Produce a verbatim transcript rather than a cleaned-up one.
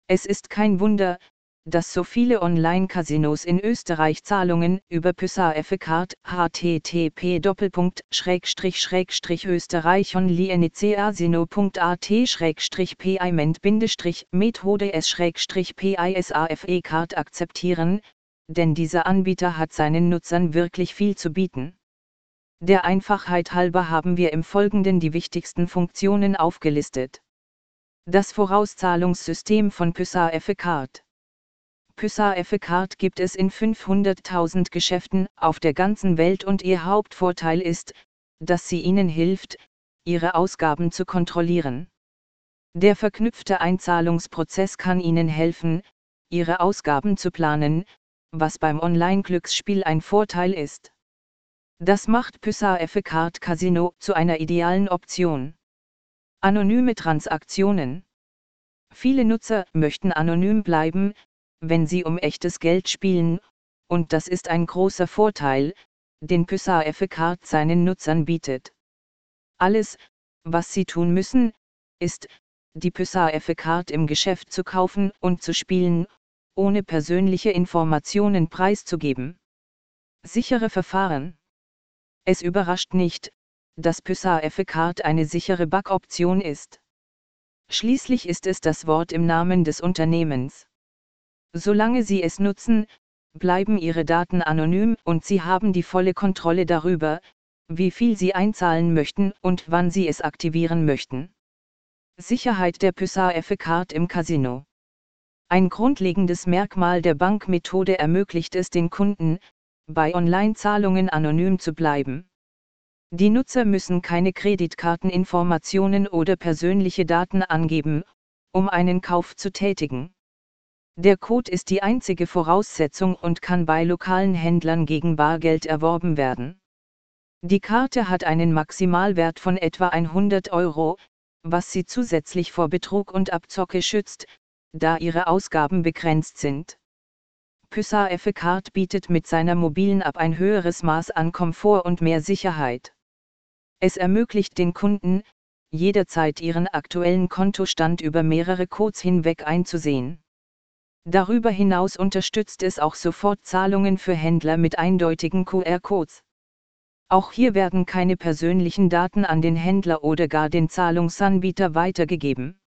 Es ist kein Wunder, dass so viele Online-Casinos in Österreich Zahlungen über Pysafecard http österreichonlinecasino.at payment Methode s Pisafecard akzeptieren, denn dieser Anbieter hat seinen Nutzern wirklich viel zu bieten. Der Einfachheit halber haben wir im Folgenden die wichtigsten Funktionen aufgelistet. Das Vorauszahlungssystem von Pysafecard. Pysafecard gibt es in fünfhunderttausend Geschäften auf der ganzen Welt und ihr Hauptvorteil ist, dass sie Ihnen hilft, Ihre Ausgaben zu kontrollieren. Der verknüpfte Einzahlungsprozess kann Ihnen helfen, Ihre Ausgaben zu planen, was beim Online-Glücksspiel ein Vorteil ist. Das macht Pysafecard Casino zu einer idealen Option. Anonyme Transaktionen. Viele Nutzer möchten anonym bleiben, wenn sie um echtes Geld spielen, und das ist ein großer Vorteil, den Pysafecard seinen Nutzern bietet. Alles, was sie tun müssen, ist, die Pysafecard im Geschäft zu kaufen und zu spielen, ohne persönliche Informationen preiszugeben. Sichere Verfahren. Es überrascht nicht, dass Pysafecard eine sichere Backoption ist. Schließlich ist es das Wort im Namen des Unternehmens. Solange Sie es nutzen, bleiben Ihre Daten anonym und Sie haben die volle Kontrolle darüber, wie viel Sie einzahlen möchten und wann Sie es aktivieren möchten. Sicherheit der Pysafecard im Casino. Ein grundlegendes Merkmal der Bankmethode ermöglicht es den Kunden, bei Online-Zahlungen anonym zu bleiben. Die Nutzer müssen keine Kreditkarteninformationen oder persönliche Daten angeben, um einen Kauf zu tätigen. Der Code ist die einzige Voraussetzung und kann bei lokalen Händlern gegen Bargeld erworben werden. Die Karte hat einen Maximalwert von etwa hundert Euro, was sie zusätzlich vor Betrug und Abzocke schützt, da ihre Ausgaben begrenzt sind. Pysafecard bietet mit seiner mobilen App ein höheres Maß an Komfort und mehr Sicherheit. Es ermöglicht den Kunden, jederzeit ihren aktuellen Kontostand über mehrere Codes hinweg einzusehen. Darüber hinaus unterstützt es auch Sofortzahlungen für Händler mit eindeutigen Q R-Codes. Auch hier werden keine persönlichen Daten an den Händler oder gar den Zahlungsanbieter weitergegeben.